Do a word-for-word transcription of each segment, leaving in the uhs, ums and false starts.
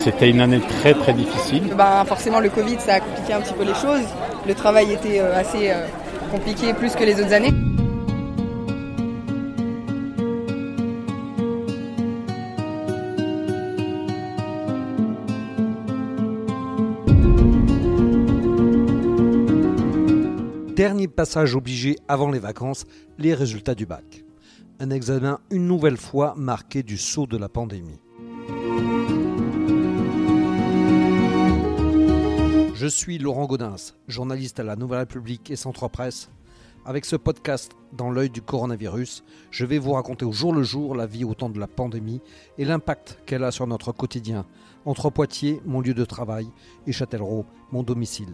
C'était une année très très difficile. Ben, forcément le Covid ça a compliqué un petit peu les choses. Le travail était euh, assez euh, compliqué plus que les autres années. Dernier passage obligé avant les vacances, les résultats du bac. Un examen une nouvelle fois marqué du sceau de la pandémie. Je suis Laurent Gaudens, journaliste à la Nouvelle République et Centre Presse. Avec ce podcast dans l'œil du coronavirus, je vais vous raconter au jour le jour la vie au temps de la pandémie et l'impact qu'elle a sur notre quotidien, entre Poitiers, mon lieu de travail, et Châtellerault, mon domicile.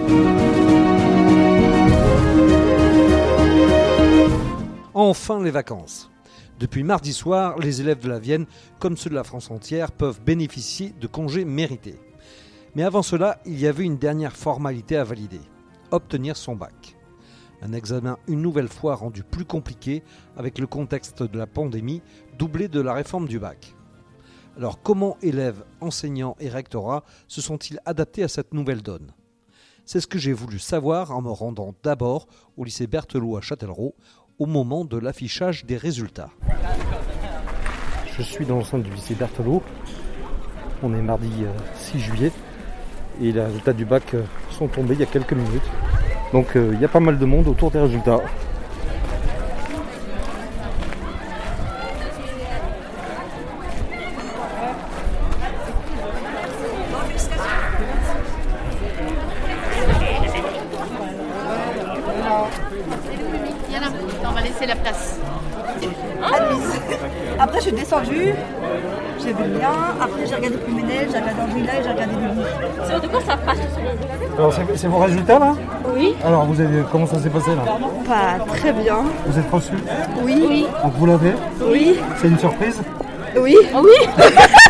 Enfin les vacances. Depuis mardi soir, les élèves de la Vienne, comme ceux de la France entière, peuvent bénéficier de congés mérités. Mais avant cela, il y avait une dernière formalité à valider, obtenir son bac. Un examen une nouvelle fois rendu plus compliqué avec le contexte de la pandémie, doublé de la réforme du bac. Alors comment élèves, enseignants et rectorats se sont-ils adaptés à cette nouvelle donne ? C'est ce que j'ai voulu savoir en me rendant d'abord au lycée Berthelot à Châtellerault, au moment de l'affichage des résultats. Je suis dans l'enceinte du lycée Berthelot. On est mardi six juillet et les résultats du bac sont tombés il y a quelques minutes. Donc euh, il y a pas mal de monde autour des résultats. On va laisser la place. Admise. Après je suis descendue, j'ai vu le mien, après j'ai regardé Plumenel, j'ai regardé Andrilla et j'ai regardé Lily. C'est de quoi ça passe? Alors c'est, c'est vos résultats là ? Oui. Alors vous avez, comment ça s'est passé là ? Pas très bien. Vous êtes reçus ? Oui. Oui. Donc vous l'avez ? Oui. C'est une surprise ? Oui. Oui.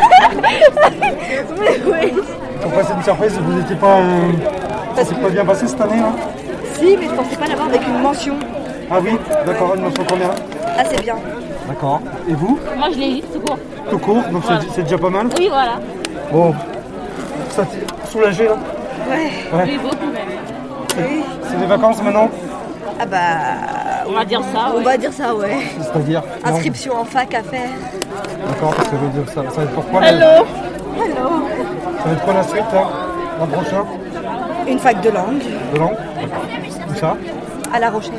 Oui, oui. Pourquoi c'est une surprise ? Vous n'étiez pas... Euh, ça s'est pas bien passé cette année là ? Si, mais je pensais pas l'avoir avec une mention. Ah oui, d'accord, une mention combien ? Ah c'est bien. D'accord. Et vous ? Moi je l'ai eu tout court. Tout court, donc Voilà. c'est, c'est déjà pas mal ? Oui, voilà. Bon, ça t'est soulagé là ? Ouais. Ouais. Oui, beaucoup même. Oui. C'est les vacances maintenant ? Ah bah... On va dire ça. On Ouais. va dire ça, ouais. C'est-à-dire ? Non. Inscription en fac à faire. D'accord, ça veut dire ça. Ça va être pourquoi ? Hello. Hello. Ça va être quoi la suite là ? L'an prochain ? Une fac de langue De langue ? Où ça ? à La Rochelle.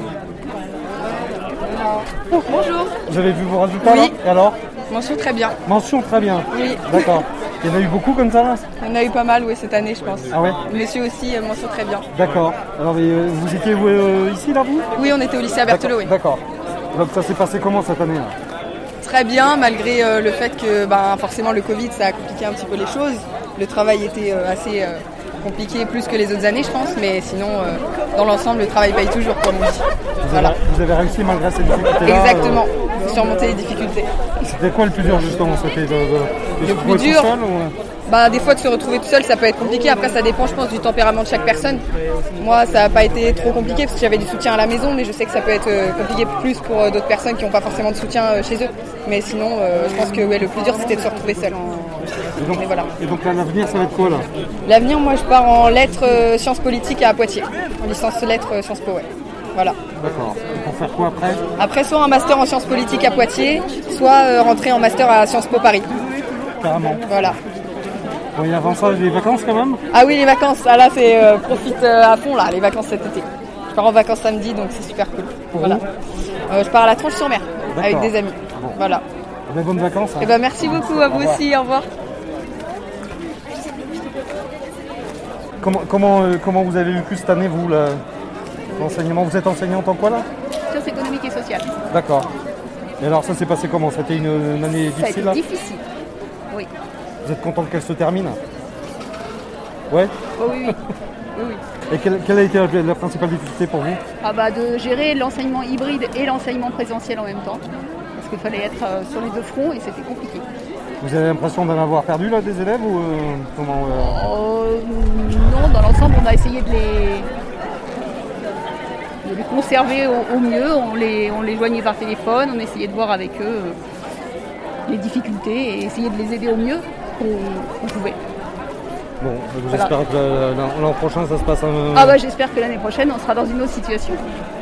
Bonjour. Vous avez vu vos résultats Oui. là ? Et alors ? Mention très bien. Mention très bien. Oui. D'accord. Il y en a eu beaucoup comme ça là ? On a eu pas mal oui, cette année je pense. Ah ouais ? Monsieur aussi, euh, mention très bien. D'accord. Alors mais, euh, vous étiez où, euh, ici là vous ? Oui, on était au lycée à Berthelot, oui. D'accord. Donc ça s'est passé comment cette année là ? Très bien, malgré euh, le fait que ben, forcément le Covid ça a compliqué un petit peu les choses. Le travail était euh, assez euh, compliqué plus que les autres années je pense, mais sinon euh, dans l'ensemble le travail paye toujours comme on dit. Vous, Voilà. avez, vous avez réussi malgré ces difficultés là ? Exactement, surmonter les difficultés. C'était quoi le plus dur justement ? C'était de, de, de Le se plus retrouver tout dur, seul, ou... Bah, des fois de se retrouver tout seul ça peut être compliqué, après ça dépend je pense du tempérament de chaque personne. Moi ça n'a pas été trop compliqué parce que j'avais du soutien à la maison, mais je sais que ça peut être euh, compliqué plus pour euh, d'autres personnes qui n'ont pas forcément de soutien euh, chez eux. Mais sinon euh, je pense que ouais, le plus dur c'était de se retrouver seul. Et donc, Et voilà. et donc là, l'avenir ça va être quoi là ? L'avenir moi je pars en lettres euh, sciences politiques à Poitiers, en licence lettres euh, Sciences Po, ouais. Voilà. D'accord. Et pour faire quoi après ? Après soit un master en sciences politiques à Poitiers, soit euh, rentrer en master à Sciences Po Paris. Carrément. Voilà. Bon, et avant ça, les vacances quand même ? Ah oui les vacances, ah là c'est euh, profite euh, à fond là, les vacances cet été. Je pars en vacances samedi donc c'est super cool. Pour Voilà. où ? Euh, je pars à la Tranche-sur-Mer avec D'accord. des amis. Bon. Voilà. Eh ben, bonnes vacances. Hein. Et ben merci beaucoup à vous revoir. aussi, au revoir. Comment, comment, euh, comment vous avez vécu cette année, vous, là, l'enseignement ? Vous êtes enseignante en quoi, là ? Sciences économiques et sociales. D'accord. Et alors, ça s'est passé comment ? C'était une, une année Ça a été difficile, là ? difficile. Oui. Vous êtes contente qu'elle se termine ? Ouais. Oh, oui, oui. oui, oui. Et quelle, quelle a été la, la principale difficulté pour vous ? Ah bah de gérer l'enseignement hybride et l'enseignement présentiel en même temps. Parce qu'il fallait être euh, sur les deux fronts et c'était compliqué. Vous avez l'impression d'en avoir perdu, là, des élèves ou euh, comment euh... Euh, non, dans l'ensemble, on a essayé de les, de les conserver au, au mieux. On les, on les joignait par téléphone, on essayait de voir avec eux euh, les difficultés et essayer de les aider au mieux qu'on qu'on pouvait. Bon, vous Voilà. espérez que le- l'an l'an prochain ça se passe un... Ah bah j'espère que l'année prochaine on sera dans une autre situation.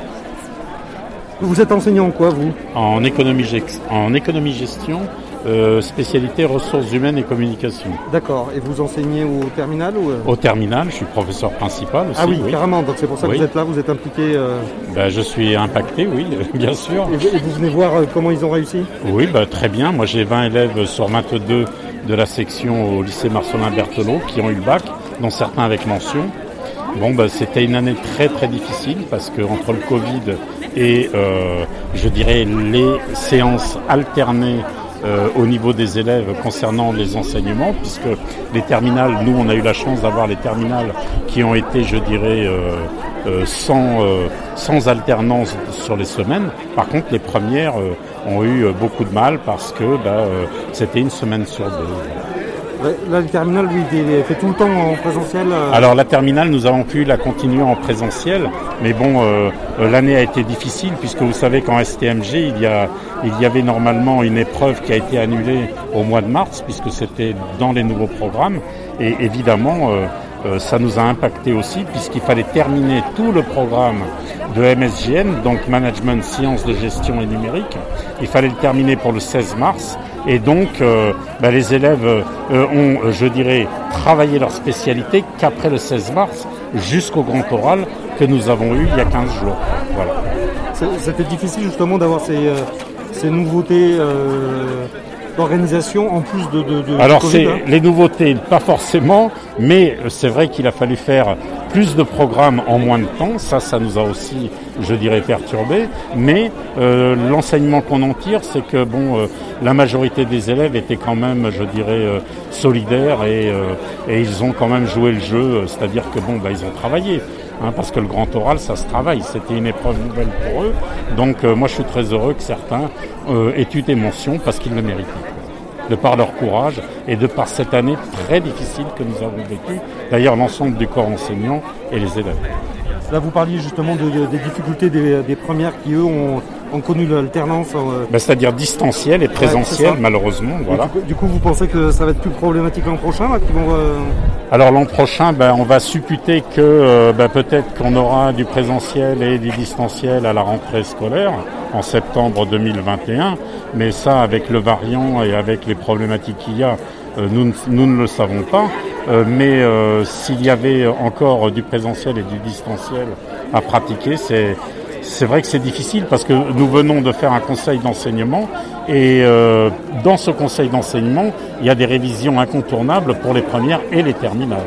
Vous êtes enseignant en quoi, vous? En économie, gex- en économie gestion, euh, spécialité ressources humaines et communication. D'accord. Et vous enseignez au terminal ou... Au terminal, je suis professeur principal aussi. Ah oui, carrément. Donc c'est pour ça que Oui. vous êtes là, vous êtes impliqué. euh, Ben, je suis impacté, oui, bien sûr. Et, vous- et vous venez voir euh, comment ils ont réussi? Oui, bah, très bien. Moi, j'ai vingt élèves sur vingt-deux de la section au lycée Marcelin Berthelot qui ont eu le bac, dont certains avec mention. Bon, bah, c'était une année très très difficile parce que entre le Covid et, euh, je dirais, les séances alternées euh, au niveau des élèves concernant les enseignements, puisque les terminales, nous, on a eu la chance d'avoir les terminales qui ont été, je dirais, euh, euh, sans, euh, sans alternance sur les semaines. Par contre, les premières euh, ont eu euh, beaucoup de mal parce que bah, euh, c'était une semaine sur deux. Ouais, là, le terminal, lui, il est fait tout le temps en présentiel. euh, Alors la terminale, nous avons pu la continuer en présentiel, mais bon, euh, euh, l'année a été difficile puisque vous savez qu'en S T M G, il y a, il y avait normalement une épreuve qui a été annulée au mois de mars puisque c'était dans les nouveaux programmes. Et évidemment, euh, euh, ça nous a impacté aussi puisqu'il fallait terminer tout le programme de M S G N, donc Management, Sciences de Gestion et Numérique. Il fallait le terminer pour le seize mars. Et donc, euh, bah, les élèves euh, ont, euh, je dirais, travaillé leur spécialité qu'après le seize mars, jusqu'au grand oral que nous avons eu il y a quinze jours. Voilà. c'est- C'était difficile justement d'avoir ces, euh, ces nouveautés euh, d'organisation en plus de, de, de Alors, du c'est Covid, hein. les nouveautés, pas forcément, mais euh, c'est vrai qu'il a fallu faire plus de programmes en moins de temps. Ça, ça nous a aussi, je dirais, perturbé. Mais euh, l'enseignement qu'on en tire, c'est que bon, euh, la majorité des élèves étaient quand même, je dirais, euh, solidaires et, euh, et ils ont quand même joué le jeu. C'est-à-dire que bon, bah, ils ont travaillé. Hein, parce que le grand oral, ça se travaille. C'était une épreuve nouvelle pour eux. Donc, euh, moi, je suis très heureux que certains euh, aient eu des mentions parce qu'ils le méritaient. De par leur courage et de par cette année très difficile que nous avons vécue. D'ailleurs, l'ensemble du corps enseignant et les élèves. Là, vous parliez justement de, de- des difficultés des, des premières qui, eux, ont, ont connu l'alternance. euh, Ben, c'est-à-dire distanciel et présentiel, c'est ça. malheureusement. Voilà. du, coup, du coup, vous pensez que ça va être plus problématique l'an prochain là, qu'ils vont, euh, Alors l'an prochain, ben, on va supputer que euh, ben, peut-être qu'on aura du présentiel et du distanciel à la rentrée scolaire en septembre deux mille vingt et un. Mais ça, avec le variant et avec les problématiques qu'il y a, euh, nous, ne- nous ne le savons pas. Euh, mais euh, s'il y avait encore du présentiel et du distanciel à pratiquer, c'est c'est vrai que c'est difficile parce que nous venons de faire un conseil d'enseignement et euh, dans ce conseil d'enseignement, il y a des révisions incontournables pour les premières et les terminales.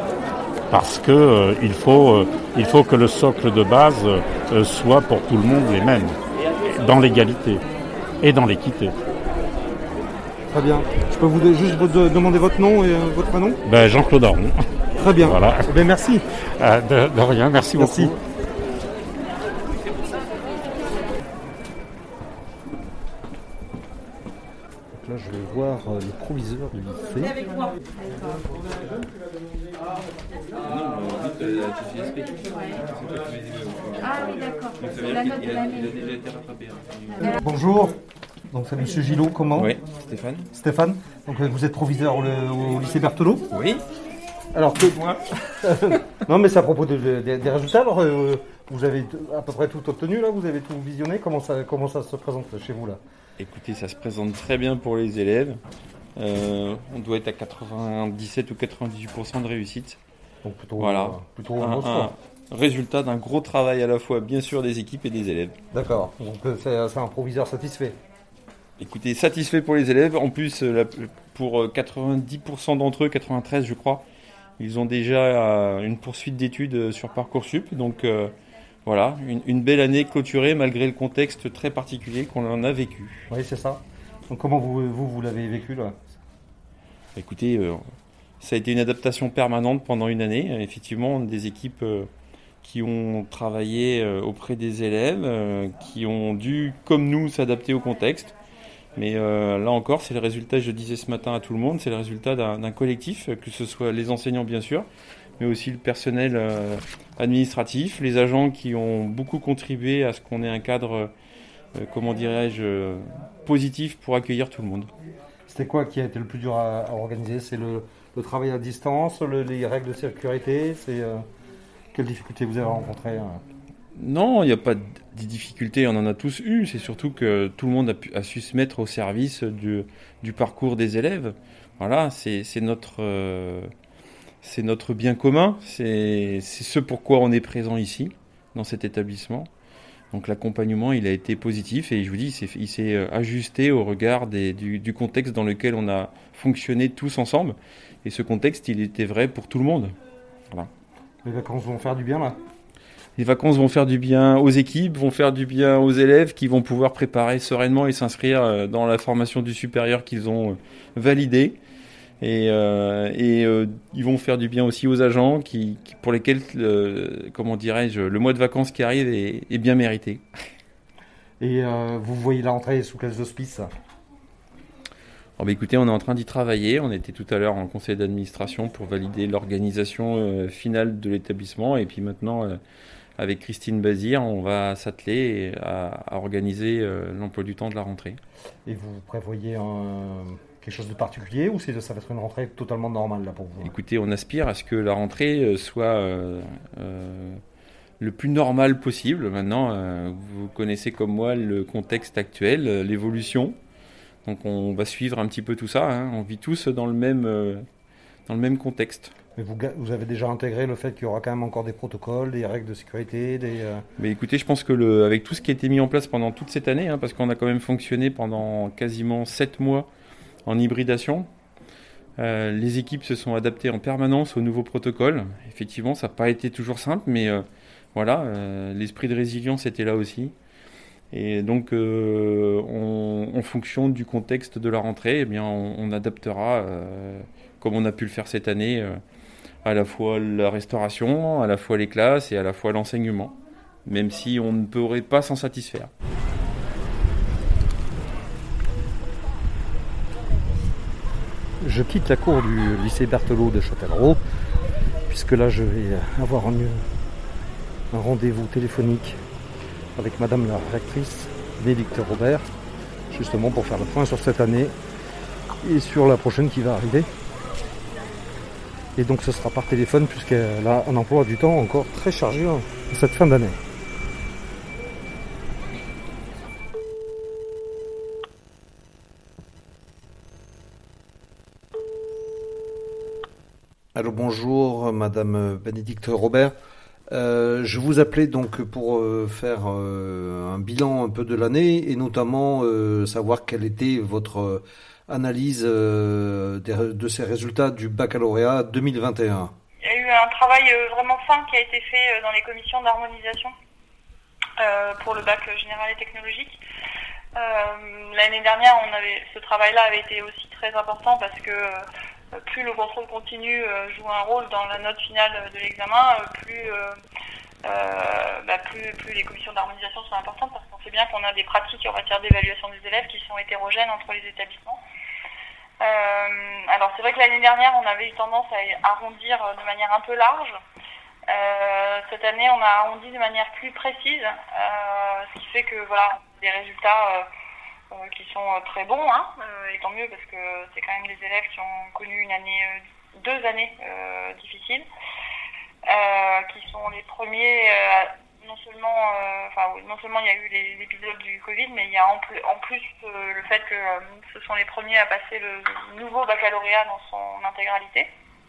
Parce que euh, il faut euh, il faut que le socle de base euh, soit pour tout le monde les mêmes, dans l'égalité et dans l'équité. Très bien. Je peux vous de- juste vous de- demander votre nom et euh, votre prénom? Ben, Jean-Claude Aron. Très bien. Voilà. Eh bien, merci. Euh, de, de rien, merci, Merci. beaucoup. Donc là, je vais voir euh, le proviseur du lycée. Ah oui d'accord, c'est la note de l'année. Bonjour. Donc c'est Monsieur Gillot, comment? Oui, Stéphane. Stéphane. Donc euh, vous êtes proviseur au, au lycée Berthelot. Oui. Alors que moi. Non, mais c'est à propos de- de- des résultats. Alors euh, vous avez t- à peu près tout obtenu là. Vous avez tout visionné. Comment ça comment ça se présente chez vous là? Écoutez, ça se présente très bien pour les élèves. Euh, on doit être à quatre-vingt-dix-sept ou quatre-vingt-dix-huit pour cent de réussite. Donc plutôt Voilà. euh, plutôt Un, bon un score. résultat d'un gros travail à la fois, bien sûr, des équipes et des élèves. D'accord. Donc euh, c'est c'est un proviseur satisfait. Écoutez, satisfait pour les élèves. En plus, euh, la- pour euh, quatre-vingt-dix pour cent d'entre eux, quatre-vingt-treize je crois, ils ont déjà euh, une poursuite d'études euh, sur Parcoursup. Donc euh, voilà, une, une belle année clôturée malgré le contexte très particulier qu'on en a vécu. Oui, c'est ça. Donc comment vous vous, vous l'avez vécu là? Écoutez, euh, ça a été une adaptation permanente pendant une année. Effectivement, des équipes euh, qui ont travaillé euh, auprès des élèves, euh, qui ont dû, comme nous, s'adapter au contexte. Mais euh, là encore, c'est le résultat, je disais ce matin à tout le monde, c'est le résultat d'un d'un collectif, que ce soit les enseignants bien sûr, mais aussi le personnel euh, administratif, les agents qui ont beaucoup contribué à ce qu'on ait un cadre, euh, comment dirais-je, euh, positif pour accueillir tout le monde. C'était quoi qui a été le plus dur à, à organiser? C'est le, le travail à distance, le, les règles de sécurité? C'est euh, quelles difficultés vous avez rencontrées? Non, il n'y a pas de difficultés, on en a tous eu. C'est surtout que tout le monde a, pu, a su se mettre au service du, du parcours des élèves. Voilà, c'est, c'est, notre, euh, c'est notre bien commun. C'est, c'est ce pourquoi on est présent ici, dans cet établissement. Donc l'accompagnement, il a été positif et je vous dis, il s'est, il s'est ajusté au regard des, du, du contexte dans lequel on a fonctionné tous ensemble. Et ce contexte, il était vrai pour tout le monde. Voilà. Les vacances vont faire du bien là? Les vacances vont faire du bien aux équipes, vont faire du bien aux élèves qui vont pouvoir préparer sereinement et s'inscrire dans la formation du supérieur qu'ils ont validée. Et, euh, et euh, ils vont faire du bien aussi aux agents qui, qui, pour lesquels, euh, comment dirais-je, le mois de vacances qui arrive est, est bien mérité. Et euh, vous voyez la rentrée sous quels auspices? Alors, bah, écoutez, on est en train d'y travailler. On était tout à l'heure en conseil d'administration pour valider l'organisation euh, finale de l'établissement. Et puis maintenant, euh, avec Christine Bazir, on va s'atteler à, à organiser euh, l'emploi du temps de la rentrée. Et vous prévoyez un, quelque chose de particulier ou c'est, ça va être une rentrée totalement normale là pour vous? Écoutez, on aspire à ce que la rentrée soit euh, euh, le plus normale possible. Maintenant, euh, vous connaissez comme moi le contexte actuel, euh, l'évolution. Donc on va suivre un petit peu tout ça. Hein. On vit tous dans le même, euh, dans le même contexte. Mais vous, vous avez déjà intégré le fait qu'il y aura quand même encore des protocoles, des règles de sécurité, des... Euh... Mais écoutez, je pense que le, avec tout ce qui a été mis en place pendant toute cette année, hein, parce qu'on a quand même fonctionné pendant quasiment sept mois en hybridation, euh, les équipes se sont adaptées en permanence aux nouveaux protocoles. Effectivement, ça n'a pas été toujours simple, mais euh, voilà, euh, l'esprit de résilience était là aussi. Et donc, euh, on, en fonction du contexte de la rentrée, eh bien, on, on adaptera, euh, comme on a pu le faire cette année, euh, à la fois la restauration, à la fois les classes et à la fois l'enseignement, même si on ne pourrait pas s'en satisfaire. Je quitte la cour du lycée Berthelot de Châtellerault, puisque là je vais avoir un, un rendez-vous téléphonique avec Madame la rectrice Bénédicte Robert, justement pour faire le point sur cette année et sur la prochaine qui va arriver. Et donc ce sera par téléphone puisqu'elle a un emploi du temps encore très chargé en cette fin d'année. Alors bonjour Madame Bénédicte Robert. Euh, je vous appelais donc pour euh, faire euh, un bilan un peu de l'année et notamment euh, savoir quelle était votre euh, analyse euh, des, de ces résultats du baccalauréat deux mille vingt et un. Il y a eu un travail euh, vraiment fin qui a été fait euh, dans les commissions d'harmonisation euh, pour le bac général et technologique. Euh, l'année dernière, on avait, ce travail-là avait été aussi très important parce que euh, plus le contrôle continu euh, joue un rôle dans la note finale de l'examen, euh, plus, euh, euh, bah, plus, plus les commissions d'harmonisation sont importantes parce qu'on sait bien qu'on a des pratiques en matière d'évaluation des élèves qui sont hétérogènes entre les établissements. Euh, alors c'est vrai que l'année dernière, on avait eu tendance à arrondir de manière un peu large. Euh, cette année, on a arrondi de manière plus précise, euh, ce qui fait que voilà, des résultats euh, euh, qui sont très bons, hein, euh, et tant mieux parce que c'est quand même des élèves qui ont connu une année, euh, deux années euh, difficiles, euh, qui sont les premiers. Euh, non seulement, euh, enfin non seulement il y a eu les, l'épisode du Covid, mais il y a en plus, en plus euh, le fait que euh, ce sont les premiers à passer le nouveau baccalauréat dans son intégralité.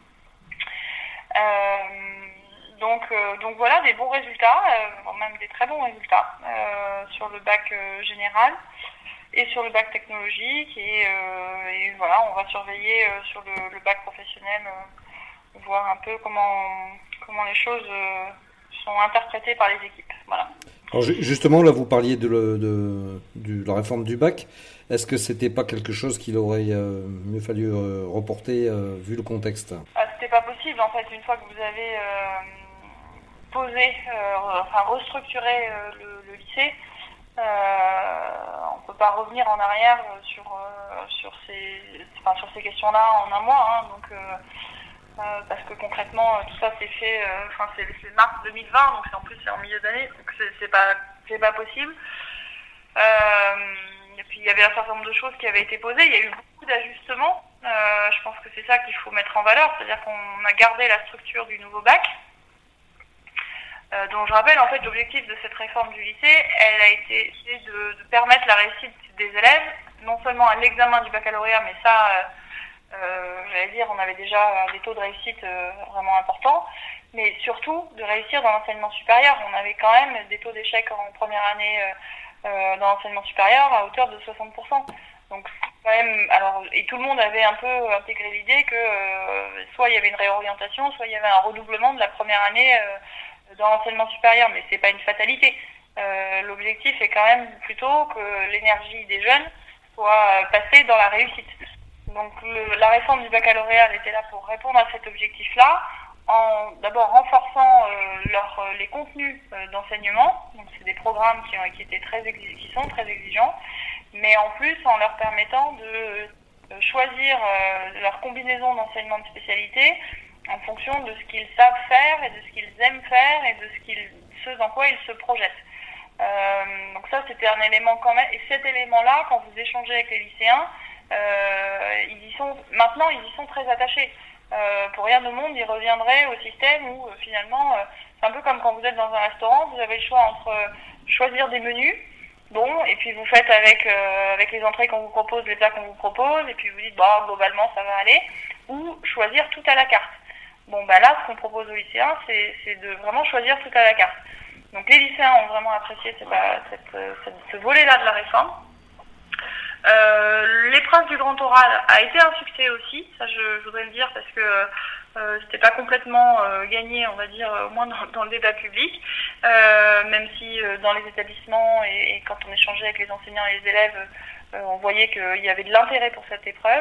Euh, Donc, euh, donc voilà, des bons résultats, euh, même des très bons résultats euh, sur le bac euh, général et sur le bac technologique. Et, euh, et voilà, on va surveiller euh, sur le, le bac professionnel, euh, voir un peu comment, comment les choses euh, sont interprétées par les équipes. Voilà. Alors justement, là, vous parliez de, le, de, de la réforme du bac. Est-ce que c'était pas quelque chose qu'il aurait euh, mieux fallu euh, reporter euh, vu le contexte? Ah, c'était pas possible, en fait, une fois que vous avez... Euh, poser, euh, enfin restructurer euh, le, le lycée, euh, on ne peut pas revenir en arrière sur euh, sur ces enfin, sur ces questions-là en un mois, hein, donc euh, euh, parce que concrètement tout ça s'est fait, euh, enfin c'est, c'est mars deux mille vingt, donc c'est en plus c'est en milieu d'année, donc c'est, c'est pas c'est pas possible. Euh, et puis il y avait un certain nombre de choses qui avaient été posées, il y a eu beaucoup beaucoup d'ajustements. Euh, je pense que c'est ça qu'il faut mettre en valeur, c'est-à-dire qu'on a gardé la structure du nouveau bac. Euh, donc je rappelle, en fait, l'objectif de cette réforme du lycée, elle a été de, de permettre la réussite des élèves, non seulement à l'examen du baccalauréat, mais ça, euh, euh, j'allais dire, on avait déjà des taux de réussite euh, vraiment importants, mais surtout de réussir dans l'enseignement supérieur. On avait quand même des taux d'échec en première année euh, euh, dans l'enseignement supérieur à hauteur de soixante pour cent. Donc quand même, alors, et tout le monde avait un peu intégré l'idée que euh, soit il y avait une réorientation, soit il y avait un redoublement de la première année euh, dans l'enseignement supérieur, mais c'est pas une fatalité. Euh, l'objectif est quand même plutôt que l'énergie des jeunes soit passée dans la réussite. Donc le, la réforme du baccalauréat, elle était là pour répondre à cet objectif-là, en d'abord renforçant euh, leur, les contenus euh, d'enseignement. Donc c'est des programmes qui, ont, qui étaient très exi- qui sont très exigeants, mais en plus en leur permettant de, de choisir euh, leur combinaison d'enseignement de spécialité en fonction de ce qu'ils savent faire et de ce qu'ils aiment faire et de ce qu'ils, ce dans quoi ils se projettent. Euh, donc ça, c'était un élément quand même. Et cet élément-là, quand vous échangez avec les lycéens, euh, ils y sont maintenant, ils y sont très attachés. Euh, pour rien au monde, ils reviendraient au système où euh, finalement, euh, c'est un peu comme quand vous êtes dans un restaurant, vous avez le choix entre euh, choisir des menus, bon, et puis vous faites avec euh, avec les entrées qu'on vous propose, les plats qu'on vous propose, et puis vous dites bah globalement ça va aller, ou choisir tout à la carte. Bon, bah là, ce qu'on propose aux lycéens, c'est, c'est de vraiment choisir tout à la carte. Donc les lycéens ont vraiment apprécié cette, cette, cette, ce volet-là de la réforme. Euh, l'épreuve du grand oral a été un succès aussi, ça je, je voudrais le dire parce que euh, c'était pas complètement euh, gagné, on va dire, au moins dans, dans le débat public, euh, même si euh, dans les établissements et, et quand on échangeait avec les enseignants et les élèves, euh, on voyait qu'il y avait de l'intérêt pour cette épreuve.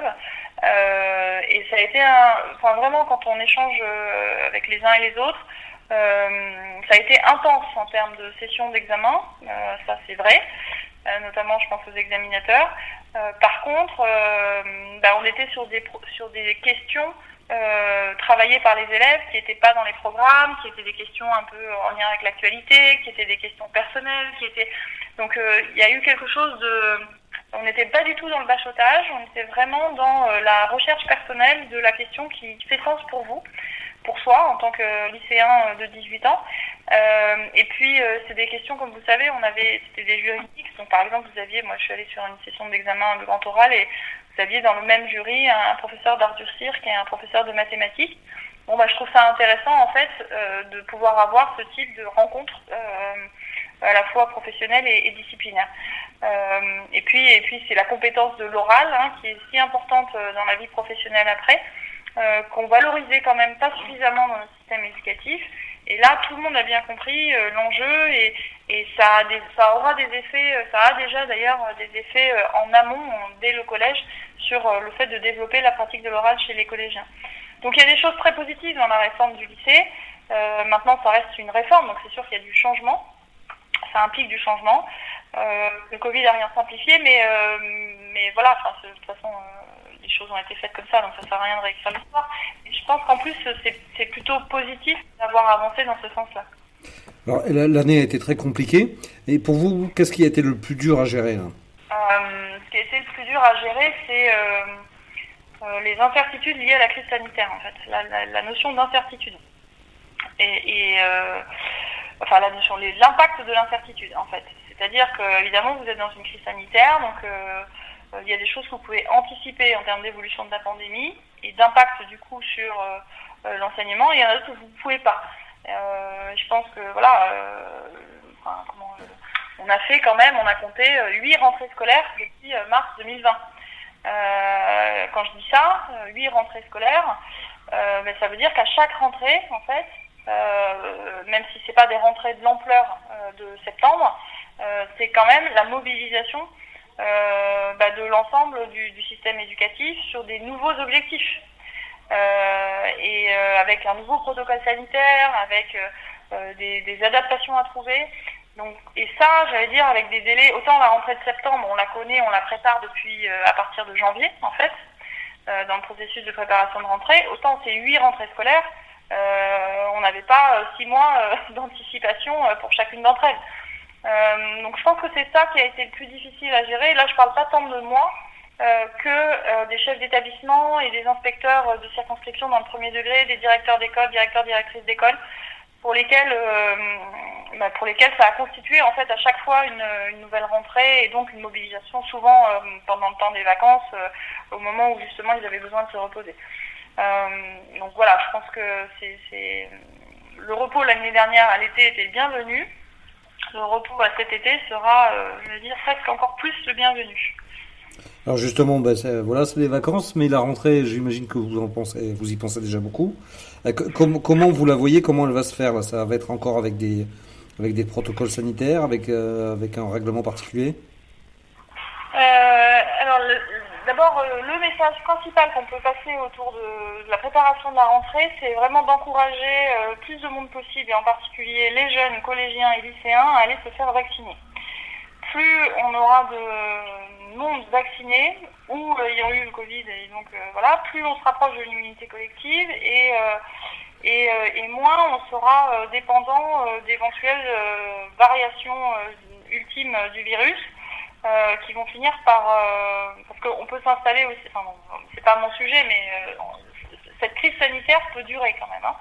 Euh, et ça a été un, enfin vraiment quand on échange euh, avec les uns et les autres, euh, ça a été intense en termes de sessions d'examen, euh, ça c'est vrai. Euh, notamment je pense aux examinateurs. Euh, par contre, euh, bah, on était sur des pro- sur des questions euh, travaillées par les élèves qui n'étaient pas dans les programmes, qui étaient des questions un peu en lien avec l'actualité, qui étaient des questions personnelles, qui étaient donc euh, il y a eu quelque chose de, on n'était pas du tout dans le bachotage, on était vraiment dans euh, la recherche personnelle de la question qui fait sens pour vous, pour soi en tant que lycéen de dix-huit ans. Euh, et puis euh, c'est des questions, comme vous savez, on avait, c'était des jurys mixtes. Donc par exemple, vous aviez, moi je suis allée sur une session d'examen de grand oral et vous aviez dans le même jury un, un professeur d'art du cirque et un professeur de mathématiques. Bon bah je trouve ça intéressant en fait euh, de pouvoir avoir ce type de rencontre euh, à la fois professionnelle et, et disciplinaire. Euh, et puis et puis c'est la compétence de l'oral hein, qui est si importante dans la vie professionnelle après. Euh, qu'on valorisait quand même pas suffisamment dans le système éducatif. Et là, tout le monde a bien compris euh, l'enjeu et, et ça, a des, ça aura des effets, euh, ça a déjà d'ailleurs des effets euh, en amont, dès le collège, sur euh, le fait de développer la pratique de l'oral chez les collégiens. Donc il y a des choses très positives dans la réforme du lycée. Euh, maintenant, ça reste une réforme, donc c'est sûr qu'il y a du changement. Ça implique du changement. Euh, le Covid n'a rien simplifié, mais, euh, mais voilà, enfin, de toute façon... Euh, les choses ont été faites comme ça, donc ça sert à rien de réécrire l'histoire. Et je pense qu'en plus, c'est, c'est plutôt positif d'avoir avancé dans ce sens-là. Alors, l'année a été très compliquée. Et pour vous, qu'est-ce qui a été le plus dur à gérer là euh, Ce qui a été le plus dur à gérer, c'est euh, euh, les incertitudes liées à la crise sanitaire, en fait. La, la, la notion d'incertitude. Et, et euh, enfin, la notion, les, l'impact de l'incertitude, en fait. C'est-à-dire que, évidemment, vous êtes dans une crise sanitaire, donc... Euh, il y a des choses que vous pouvez anticiper en termes d'évolution de la pandémie et d'impact du coup sur euh, l'enseignement, et il y en a d'autres que vous ne pouvez pas. Euh, je pense que voilà, euh, enfin, comment, euh, on a fait quand même, on a compté huit rentrées scolaires depuis euh, mars deux mille vingt. Euh, quand je dis ça, huit rentrées scolaires, euh, ben, ça veut dire qu'à chaque rentrée, en fait, euh, même si c'est pas des rentrées de l'ampleur euh, de septembre, euh, c'est quand même la mobilisation Euh, bah, de l'ensemble du, du système éducatif sur des nouveaux objectifs euh, et euh, avec un nouveau protocole sanitaire, avec euh, des, des adaptations à trouver. Donc, et ça, j'allais dire, avec des délais, autant la rentrée de septembre, on la connaît, on la prépare depuis euh, à partir de janvier, en fait, euh, dans le processus de préparation de rentrée, autant ces huit rentrées scolaires, euh, on n'avait pas euh, six mois euh, d'anticipation euh, pour chacune d'entre elles. Euh, donc je pense que c'est ça qui a été le plus difficile à gérer. Là, je parle pas tant de moi, euh, que euh, des chefs d'établissement et des inspecteurs de circonscription dans le premier degré, des directeurs d'école, directeurs, directrices d'école, pour lesquels, euh, bah pour lesquels ça a constitué en fait à chaque fois une, une nouvelle rentrée et donc une mobilisation souvent euh, pendant le temps des vacances, euh, au moment où justement ils avaient besoin de se reposer. Euh, donc voilà, je pense que c'est, c'est... le repos l'année dernière à l'été était le bienvenu. Le repos à cet été sera, euh, je veux dire, presque encore plus le bienvenu. Alors justement, bah c'est, voilà, c'est les vacances, mais la rentrée, j'imagine que vous en pensez, vous y pensez déjà beaucoup. Euh, com- comment vous la voyez, comment elle va se faire là? Ça va être encore avec des, avec des protocoles sanitaires, avec, euh, avec un règlement particulier? euh, Alors, le, d'abord, euh, le message principal qu'on peut passer autour de, de la préparation de la rentrée, c'est vraiment d'encourager euh, plus de monde possible, et en particulier les jeunes collégiens et lycéens, à aller se faire vacciner. Plus on aura de monde vacciné ou euh, ayant eu le Covid, et donc euh, voilà, plus on se rapproche de l'immunité collective et euh, et, euh, et moins on sera euh, dépendant euh, d'éventuelles euh, variations euh, ultimes du virus euh, qui vont finir par euh, parce qu'on peut s'installer aussi. Enfin, bon, c'est pas mon sujet, mais euh, cette crise sanitaire peut durer quand même. Hein.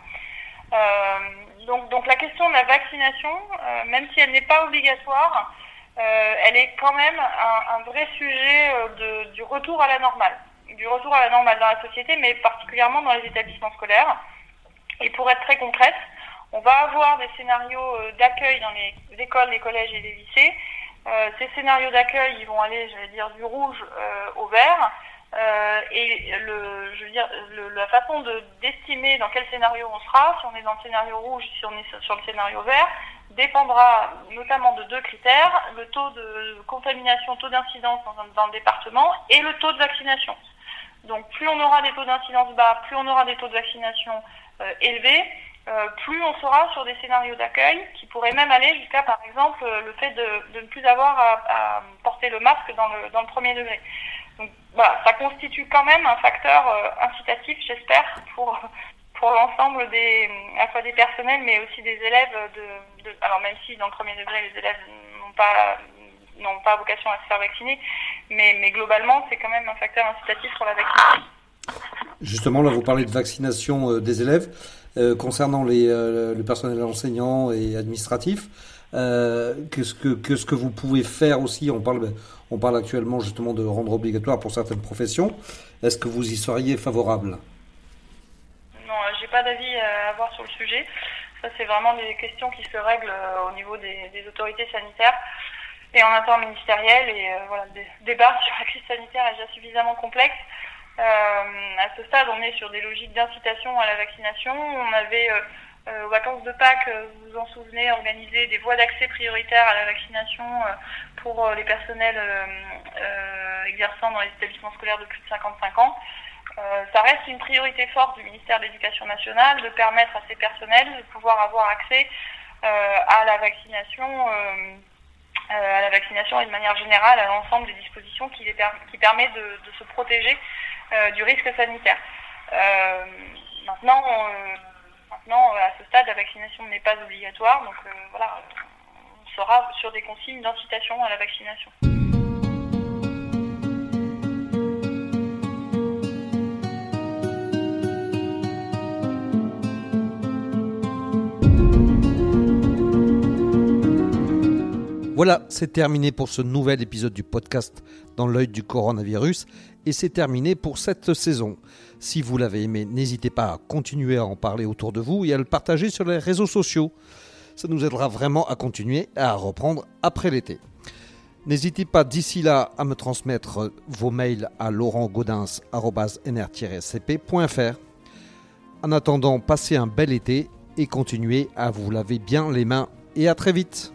Euh, donc donc la question de la vaccination, euh, même si elle n'est pas obligatoire. Euh, elle est quand même un, un vrai sujet de, du retour à la normale, du retour à la normale dans la société, mais particulièrement dans les établissements scolaires. Et pour être très concrète, on va avoir des scénarios d'accueil dans les écoles, les collèges et les lycées. Euh, ces scénarios d'accueil, ils vont aller, j'allais dire, du rouge euh, au vert. Euh, et le, je veux dire, le, la façon de d'estimer dans quel scénario on sera, si on est dans le scénario rouge, si on est sur le scénario vert, dépendra notamment de deux critères, le taux de contamination, taux d'incidence dans, dans le département et le taux de vaccination. Donc plus on aura des taux d'incidence bas, plus on aura des taux de vaccination euh, élevés, euh, plus on sera sur des scénarios d'accueil qui pourraient même aller jusqu'à, par exemple, le fait de, de ne plus avoir à, à porter le masque dans le, dans le premier degré. Donc voilà, ça constitue quand même un facteur euh, incitatif, j'espère, pour pour l'ensemble des, à la fois des personnels, mais aussi des élèves. De, de, alors même si dans le premier degré, les élèves n'ont pas n'ont pas vocation à se faire vacciner, mais, mais globalement, c'est quand même un facteur incitatif pour la vaccination. Justement, là, vous parlez de vaccination euh, des élèves. Euh, concernant les, euh, le personnel enseignant et administratif, euh, qu'est-ce que, qu'est-ce que vous pouvez faire aussi? On parle, on parle actuellement justement de rendre obligatoire pour certaines professions. Est-ce que vous y seriez favorable? Non, j'ai pas d'avis à avoir sur le sujet. Ça, c'est vraiment des questions qui se règlent au niveau des, des autorités sanitaires et en interministériel. Et euh, voilà, le débat sur la crise sanitaire est déjà suffisamment complexe. Euh, à ce stade, on est sur des logiques d'incitation à la vaccination. On avait, euh, euh, aux vacances de Pâques, euh, vous vous en souvenez, organisé des voies d'accès prioritaires à la vaccination euh, pour euh, les personnels euh, euh, exerçant dans les établissements scolaires de plus de cinquante-cinq ans. Euh, ça reste une priorité forte du ministère de l'Éducation nationale de permettre à ces personnels de pouvoir avoir accès euh, à la vaccination, euh, euh, à la vaccination et de manière générale à l'ensemble des dispositions qui, les per- qui permettent de, de se protéger euh, du risque sanitaire. Euh, maintenant, euh, maintenant, à ce stade, la vaccination n'est pas obligatoire, donc euh, voilà, on sera sur des consignes d'incitation à la vaccination. Voilà, c'est terminé pour ce nouvel épisode du podcast Dans l'œil du coronavirus et c'est terminé pour cette saison. Si vous l'avez aimé, n'hésitez pas à continuer à en parler autour de vous et à le partager sur les réseaux sociaux. Ça nous aidera vraiment à continuer et à reprendre après l'été. N'hésitez pas d'ici là à me transmettre vos mails à laurent gaudens arobase n r tiret c p point f r. En attendant, passez un bel été et continuez à vous laver bien les mains et à très vite.